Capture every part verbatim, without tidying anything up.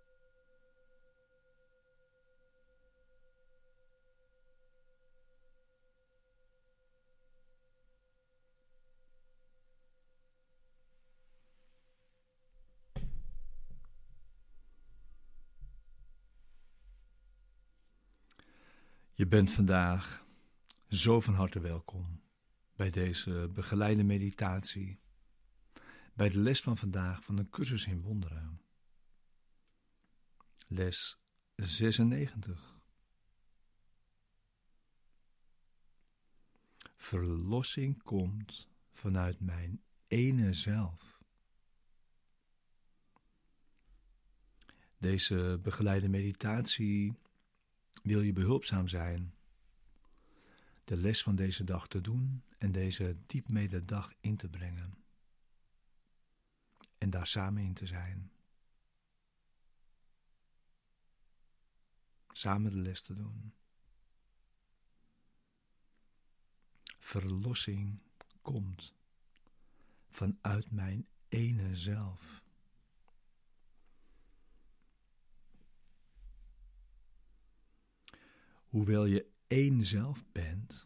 Je bent vandaag zo van harte welkom bij deze begeleide meditatie, bij de les van vandaag van een cursus in wonderen. Les zesennegentig. Verlossing komt vanuit mijn ene zelf. Deze begeleide meditatie wil je behulpzaam zijn de les van deze dag te doen en deze diepmede dag in te brengen. En daar samen in te zijn. Samen de les te doen. Verlossing komt vanuit mijn ene zelf. Hoewel je één zelf bent,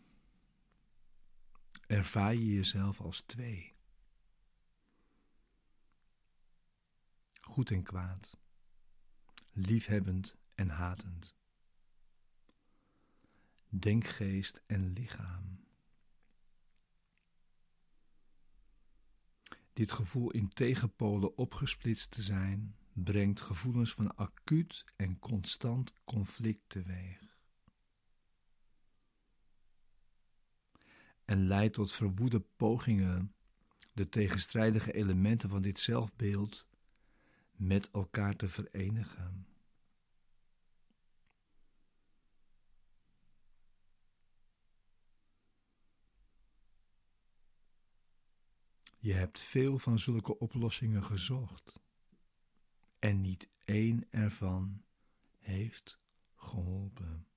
ervaar je jezelf als twee. Goed en kwaad, liefhebbend en hatend, denkgeest en lichaam. Dit gevoel in tegenpolen opgesplitst te zijn, brengt gevoelens van acuut en constant conflict teweeg. En leidt tot verwoede pogingen de tegenstrijdige elementen van dit zelfbeeld met elkaar te verenigen. Je hebt veel van zulke oplossingen gezocht en niet één ervan heeft geholpen.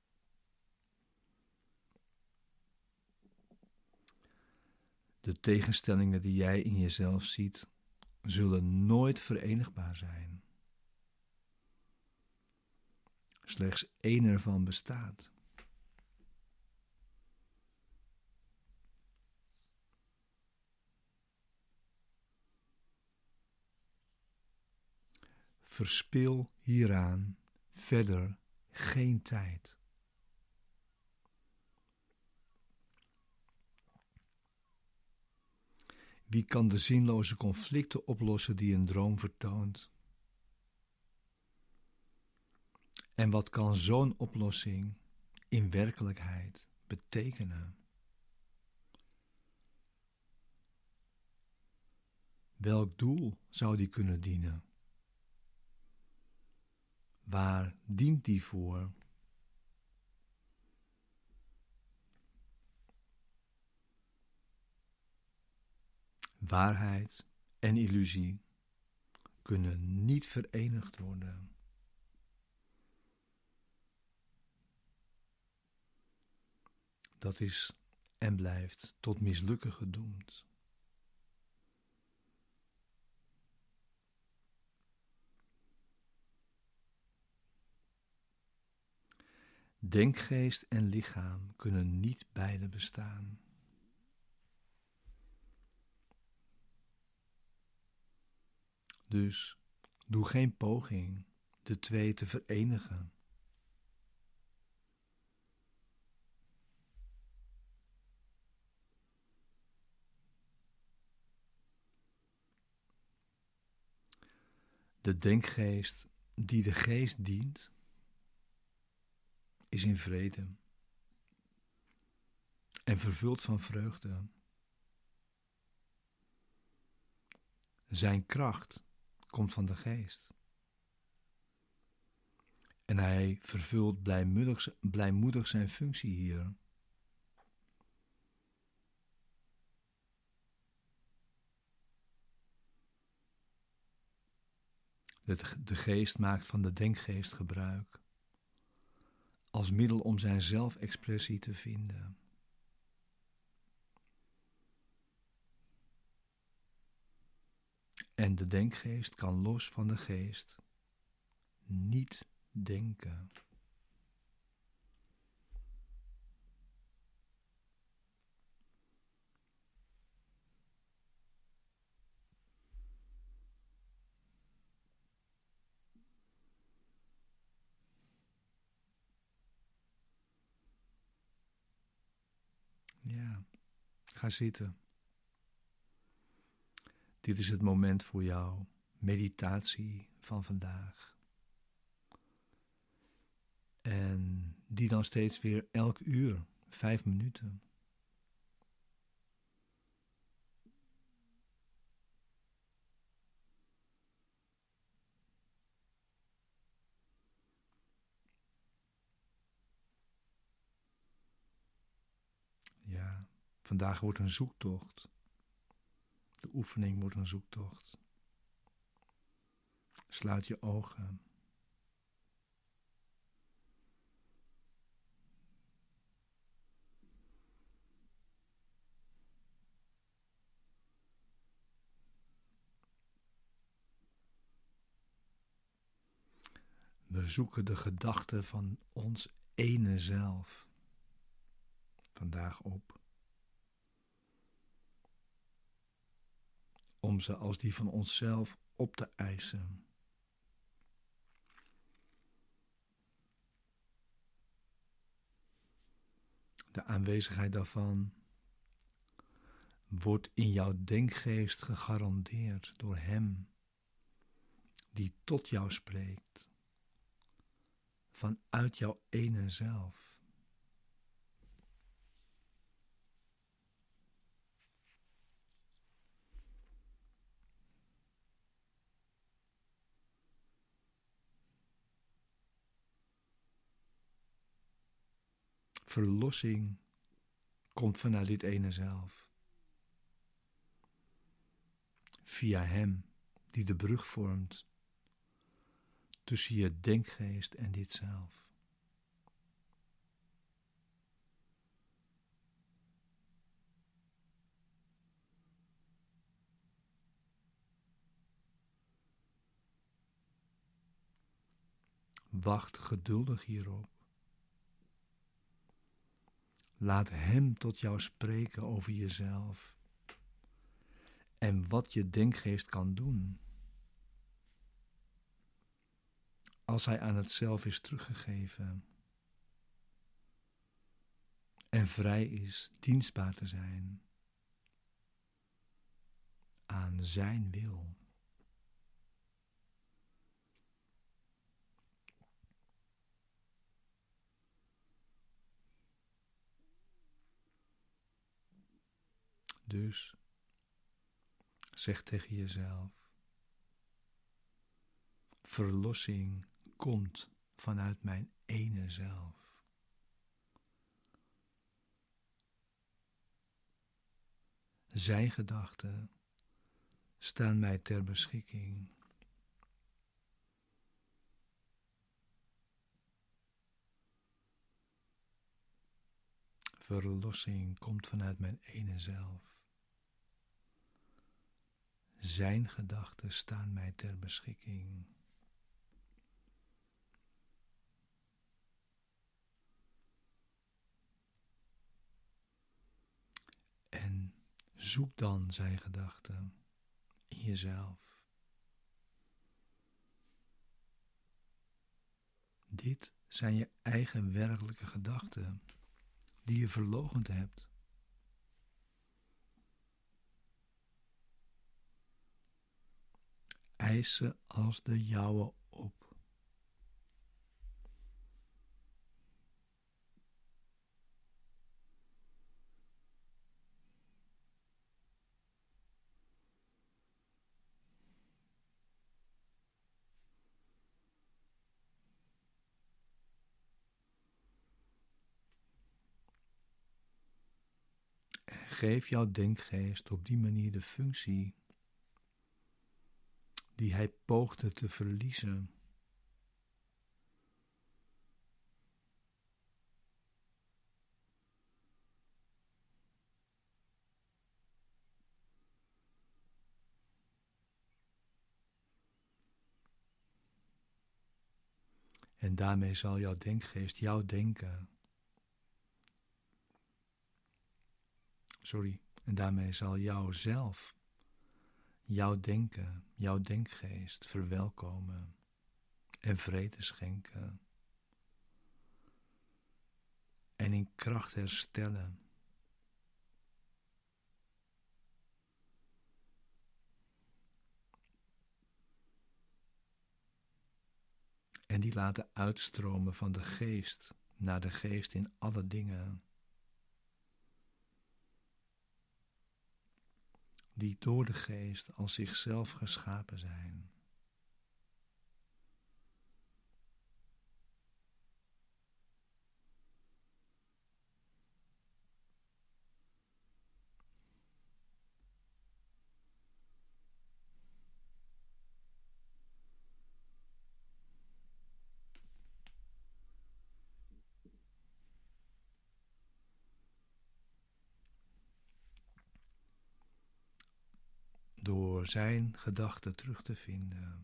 De tegenstellingen die jij in jezelf ziet, zullen nooit verenigbaar zijn. Slechts één ervan bestaat. Verspil hieraan verder geen tijd. Wie kan de zinloze conflicten oplossen die een droom vertoont? En wat kan zo'n oplossing in werkelijkheid betekenen? Welk doel zou die kunnen dienen? Waar dient die voor? Waarheid en illusie kunnen niet verenigd worden. Dat is en blijft tot mislukken gedoemd. Denkgeest en lichaam kunnen niet beide bestaan. Dus doe geen poging de twee te verenigen. De denkgeest die de geest dient, is in vrede en vervuld van vreugde. Zijn kracht komt van de geest. En hij vervult blijmoedig, blijmoedig zijn functie hier. De, de geest maakt van de denkgeest gebruik, als middel om zijn zelfexpressie te vinden. En de denkgeest kan los van de geest niet denken. Ja, ga zitten. Dit is het moment voor jouw meditatie van vandaag. En die dan steeds weer elk uur, vijf minuten. Ja, vandaag wordt een zoektocht. De oefening wordt een zoektocht. Sluit je ogen. We zoeken de gedachten van ons ene zelf vandaag op. Om ze als die van onszelf op te eisen. De aanwezigheid daarvan wordt in jouw denkgeest gegarandeerd door Hem die tot jou spreekt, vanuit jouw ene zelf. Verlossing komt vanuit dit ene zelf. Via Hem die de brug vormt tussen je denkgeest en dit zelf. Wacht geduldig hierop. Laat Hem tot jou spreken over jezelf en wat je denkgeest kan doen als hij aan het zelf is teruggegeven en vrij is dienstbaar te zijn aan zijn wil. Dus zeg tegen jezelf: verlossing komt vanuit mijn ene zelf. Zijn gedachten staan mij ter beschikking. Verlossing komt vanuit mijn ene zelf. Zijn gedachten staan mij ter beschikking. En zoek dan zijn gedachten in jezelf. Dit zijn je eigen werkelijke gedachten die je verloochend hebt. Eis ze als de jouwe op. En geef jouw denkgeest op die manier de functie die hij poogde te verliezen. En daarmee zal jouw denkgeest, jouw denken, sorry, en daarmee zal jouw zelf, jouw denken, jouw denkgeest verwelkomen en vrede schenken en in kracht herstellen. En die laten uitstromen van de geest naar de geest in alle dingen. Die door de geest als zichzelf geschapen zijn. Door zijn gedachten terug te vinden.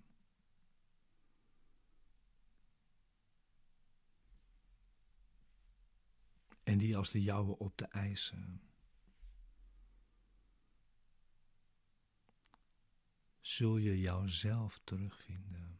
En die als de jouwe op te eisen. Zul je jouzelf terugvinden.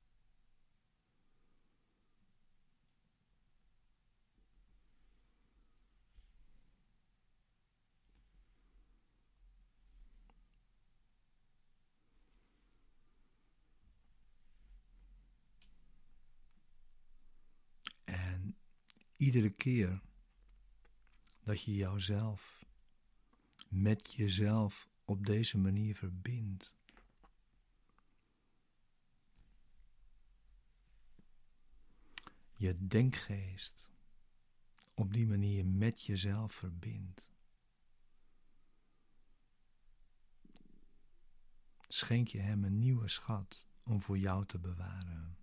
En iedere keer dat je jouzelf met jezelf op deze manier verbindt, je denkgeest op die manier met jezelf verbindt, schenk je hem een nieuwe schat om voor jou te bewaren.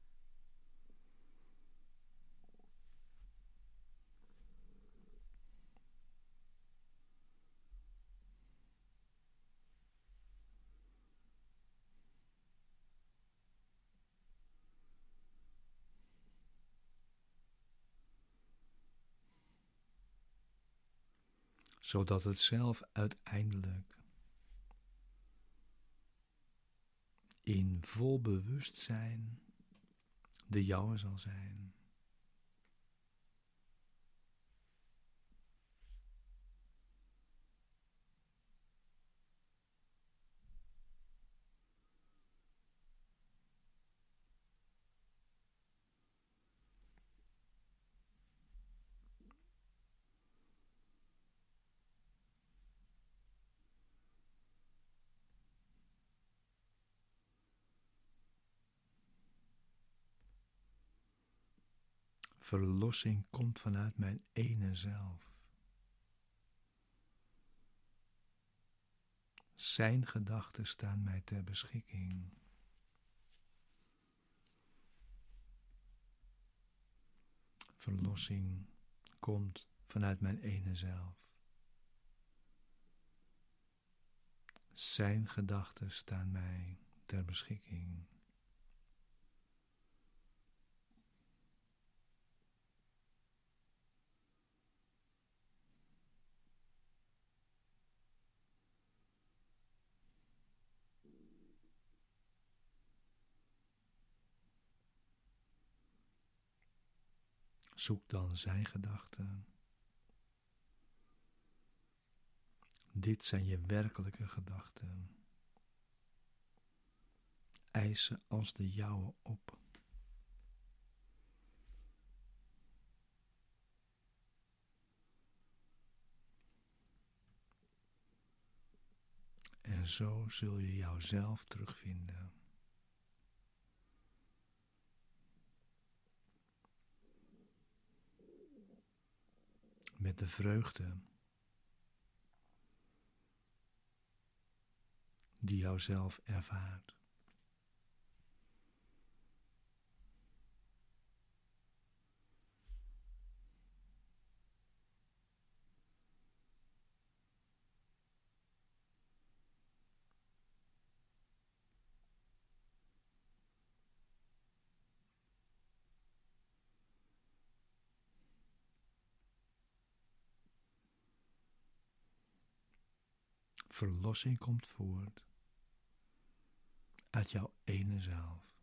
Zodat het zelf uiteindelijk in vol bewustzijn de jouwe zal zijn. Verlossing komt vanuit mijn ene zelf. Zijn gedachten staan mij ter beschikking. Verlossing komt vanuit mijn ene zelf. Zijn gedachten staan mij ter beschikking. Zoek dan zijn gedachten. Dit zijn je werkelijke gedachten. Eis ze als de jouwe op. En zo zul je jouzelf terugvinden. Met de vreugde die jouzelf ervaart. Verlossing komt voort uit jouw ene zelf.